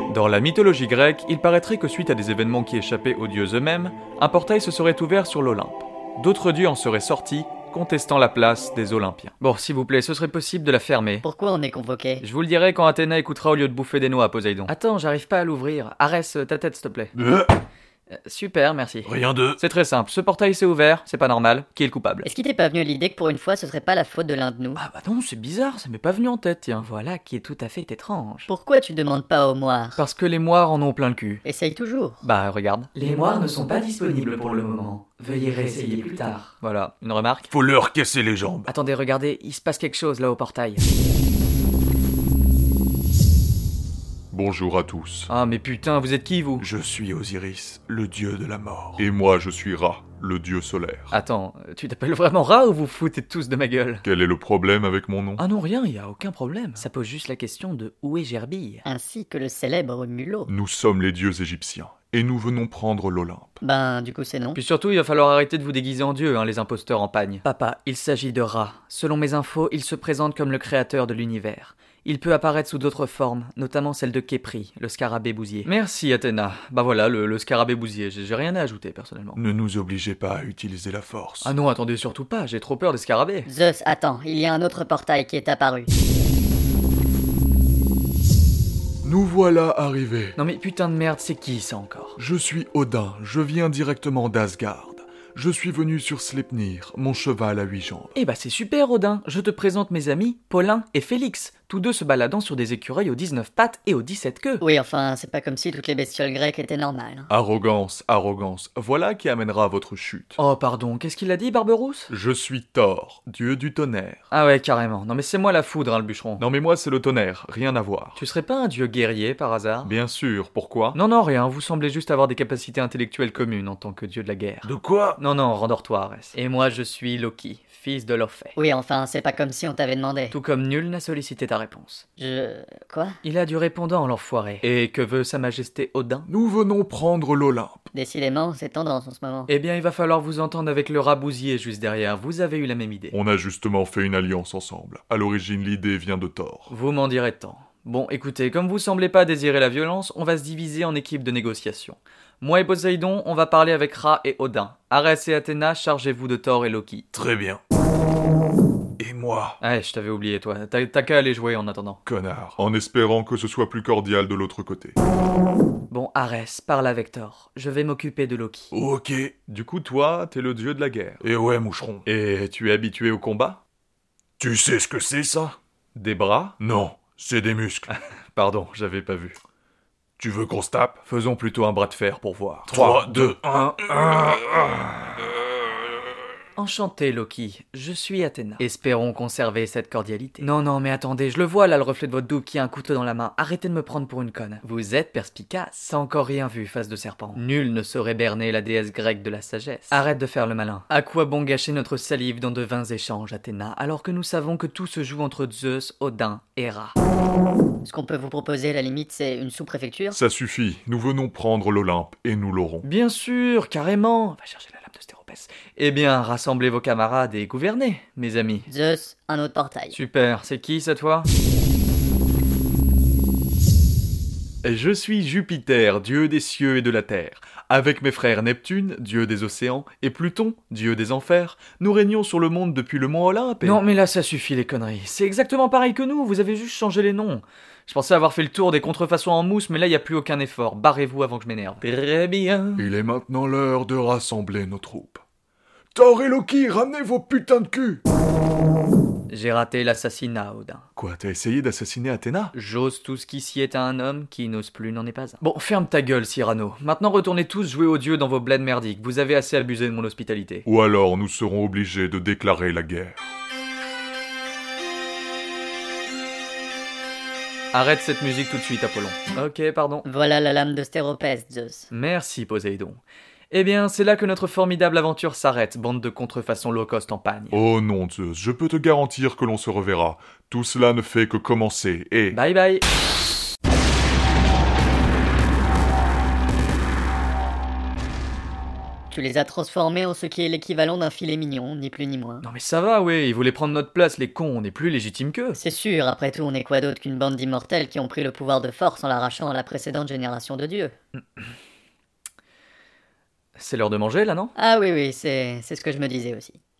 Dans la mythologie grecque, il paraîtrait que suite à des événements qui échappaient aux dieux eux-mêmes, un portail se serait ouvert sur l'Olympe. D'autres dieux en seraient sortis, contestant la place des Olympiens. Bon, s'il vous plaît, ce serait possible de la fermer. Pourquoi on est convoqué? Je vous le dirai quand Athéna écoutera au lieu de bouffer des noix à Poséidon. Attends, j'arrive pas à l'ouvrir. Arrête ta tête, s'il te plaît. Super, merci. Rien de... C'est très simple, ce portail s'est ouvert, c'est pas normal. Qui est le coupable? Est-ce qu'il t'est pas venu l'idée que pour une fois ce serait pas la faute de l'un de nous? Ah bah non, c'est bizarre, ça m'est pas venu en tête, tiens. Voilà qui est tout à fait étrange. Pourquoi tu demandes pas aux moires? Parce que les moires en ont plein le cul. Essaye toujours. Bah regarde. Les moires ne sont pas disponibles pour le moment. Veuillez réessayer plus tard. Voilà, une remarque? Faut leur casser les jambes. Attendez, regardez, il se passe quelque chose là au portail. Bonjour à tous. Ah mais putain, vous êtes qui vous? Je suis Osiris, le dieu de la mort. Et moi je suis Ra, le dieu solaire. Attends, tu t'appelles vraiment Ra ou vous foutez tous de ma gueule? Quel est le problème avec mon nom? Ah non, rien, y a aucun problème. Ça pose juste la question de où est Gerbille? Ainsi que le célèbre mulot. Nous sommes les dieux égyptiens, et nous venons prendre l'Olympe. Ben, du coup c'est non. Puis surtout, il va falloir arrêter de vous déguiser en dieu, les imposteurs en pagne. Papa, il s'agit de Ra. Selon mes infos, il se présente comme le créateur de l'univers. Il peut apparaître sous d'autres formes, notamment celle de Képri, le scarabée bousier. Merci Athéna. Bah voilà, le scarabée bousier, j'ai rien à ajouter personnellement. Ne nous obligez pas à utiliser la force. Ah non, attendez surtout pas, j'ai trop peur des scarabées. Zeus, attends, il y a un autre portail qui est apparu. Nous voilà arrivés. Non mais putain de merde, c'est qui ça encore? Je suis Odin, je viens directement d'Asgard. Je suis venu sur Sleipnir, mon cheval à 8 jambes. Eh bah c'est super Odin, je te présente mes amis, Paulin et Félix, tous deux se baladant sur des écureuils aux 19 pattes et aux 17 queues. Oui, enfin, c'est pas comme si toutes les bestioles grecques étaient normales. Arrogance, arrogance, voilà qui amènera à votre chute. Oh pardon, qu'est-ce qu'il a dit Barberousse? Je suis Thor, dieu du tonnerre. Ah ouais, carrément, non mais c'est moi la foudre le bûcheron. Non mais moi c'est le tonnerre, rien à voir. Tu serais pas un dieu guerrier par hasard? Bien sûr, pourquoi? Non, rien, vous semblez juste avoir des capacités intellectuelles communes en tant que dieu de la guerre. De quoi? Non, rendors-toi Arès. Et moi je suis Loki, fils de Lophée. Oui, enfin, c'est pas comme si on t'avait demandé. Tout comme nul n'a sollicité ta réponse. Quoi? Il a du répondant, l'enfoiré. Et que veut sa majesté Odin? Nous venons prendre l'Olympe. Décidément, c'est tendance en ce moment. Eh bien, il va falloir vous entendre avec le rabousier juste derrière. Vous avez eu la même idée. On a justement fait une alliance ensemble. À l'origine, l'idée vient de Thor. Vous m'en direz tant. Bon, écoutez, comme vous semblez pas désirer la violence, on va se diviser en équipes de négociation. Moi et Poséidon, on va parler avec Ra et Odin. Arès et Athéna, chargez-vous de Thor et Loki. Très bien. Et moi? Ouais, je t'avais oublié, toi. T'as qu'à aller jouer en attendant. Connard. En espérant que ce soit plus cordial de l'autre côté. Bon, Arès, parle avec Thor. Je vais m'occuper de Loki. Ok. Du coup, toi, t'es le dieu de la guerre. Et ouais, moucheron. Et tu es habitué au combat? Tu sais ce que c'est, ça? Des bras? Non, c'est des muscles. Pardon, j'avais pas vu. Tu veux qu'on se tape? Faisons plutôt un bras de fer pour voir. 3, 2, 1... Enchanté, Loki. Je suis Athéna. Espérons conserver cette cordialité. Non, mais attendez, je le vois là, le reflet de votre double qui a un couteau dans la main. Arrêtez de me prendre pour une conne. Vous êtes perspicace. T'as encore rien vu, face de serpent. Nul ne saurait berner la déesse grecque de la sagesse. Arrête de faire le malin. À quoi bon gâcher notre salive dans de vains échanges, Athéna, alors que nous savons que tout se joue entre Zeus, Odin et Ra? Ce qu'on peut vous proposer, à la limite, c'est une sous-préfecture. Ça suffit, nous venons prendre l'Olympe, et nous l'aurons. Bien sûr, carrément. Va chercher la lame de Stéropès. Eh bien, rassemblez vos camarades et gouvernez, mes amis. Zeus, un autre portail. Super, c'est qui cette fois? Je suis Jupiter, dieu des cieux et de la terre. Avec mes frères Neptune, dieu des océans, et Pluton, dieu des enfers, nous régnons sur le monde depuis le mont Olympe et... Non mais là ça suffit les conneries. C'est exactement pareil que nous, vous avez juste changé les noms. Je pensais avoir fait le tour des contrefaçons en mousse, mais là y a plus aucun effort. Barrez-vous avant que je m'énerve. Très bien. Il est maintenant l'heure de rassembler nos troupes. Thor et Loki, ramenez vos putains de cul! J'ai raté l'assassinat, Odin. Quoi, t'as essayé d'assassiner Athéna? J'ose tout ce qui s'y est à un homme, qui n'ose plus n'en est pas un. Bon, ferme ta gueule, Cyrano. Maintenant retournez tous jouer aux dieux dans vos bleds merdiques. Vous avez assez abusé de mon hospitalité. Ou alors nous serons obligés de déclarer la guerre. Arrête cette musique tout de suite, Apollon. Ok, pardon. Voilà la lame de Stéropès, Zeus. Merci, Poséidon. Eh bien, c'est là que notre formidable aventure s'arrête, bande de contrefaçons low-cost en pagne. Oh non, Zeus, je peux te garantir que l'on se reverra. Tout cela ne fait que commencer, et... Bye bye. Tu les as transformés en ce qui est l'équivalent d'un filet mignon, ni plus ni moins. Non mais ça va, ouais, ils voulaient prendre notre place, les cons, on est plus légitimes qu'eux. C'est sûr, après tout, on est quoi d'autre qu'une bande d'immortels qui ont pris le pouvoir de force en l'arrachant à la précédente génération de dieux. C'est l'heure de manger, là, non? Ah oui, c'est ce que je me disais aussi.